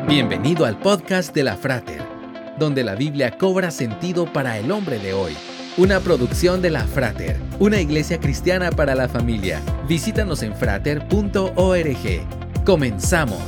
Bienvenido al podcast de la Frater, donde la Biblia cobra sentido para el hombre de hoy. Una producción de la Frater, una iglesia cristiana para la familia. Visítanos en frater.org. ¡Comenzamos!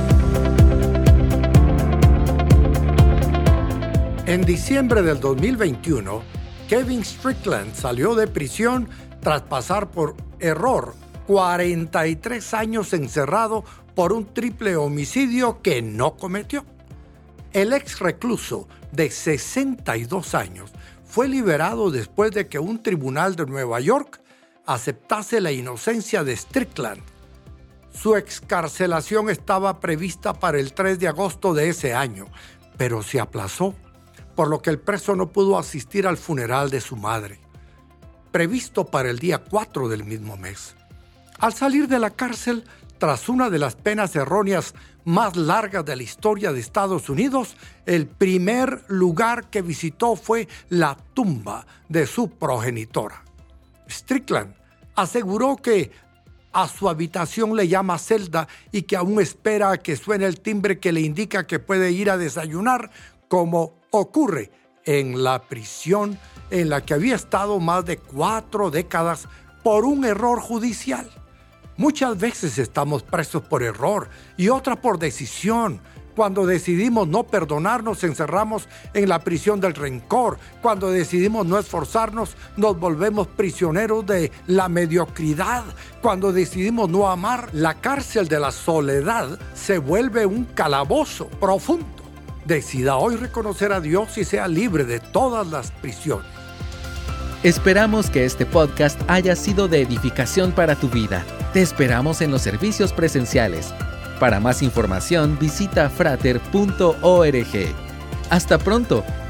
En diciembre del 2021, Kevin Strickland salió de prisión tras pasar por error 43 años encerrado por un triple homicidio que no cometió. El ex recluso de 62 años fue liberado después de que un tribunal de Nueva York aceptase la inocencia de Strickland. Su excarcelación estaba prevista para el 3 de agosto de ese año, pero se aplazó, por lo que el preso no pudo asistir al funeral de su madre, previsto para el día 4 del mismo mes. Al salir de la cárcel, tras una de las penas erróneas más largas de la historia de Estados Unidos, el primer lugar que visitó fue la tumba de su progenitora. Strickland aseguró que a su habitación le llama celda y que aún espera a que suene el timbre que le indica que puede ir a desayunar, como ocurre en la prisión en la que había estado más de 4 décadas por un error judicial. Muchas veces estamos presos por error y otras por decisión. Cuando decidimos no perdonar, nos encerramos en la prisión del rencor. Cuando decidimos no esforzarnos, nos volvemos prisioneros de la mediocridad. Cuando decidimos no amar, la cárcel de la soledad se vuelve un calabozo profundo. Decida hoy reconocer a Dios y sea libre de todas las prisiones. Esperamos que este podcast haya sido de edificación para tu vida. Te esperamos en los servicios presenciales. Para más información, visita frater.org. Hasta pronto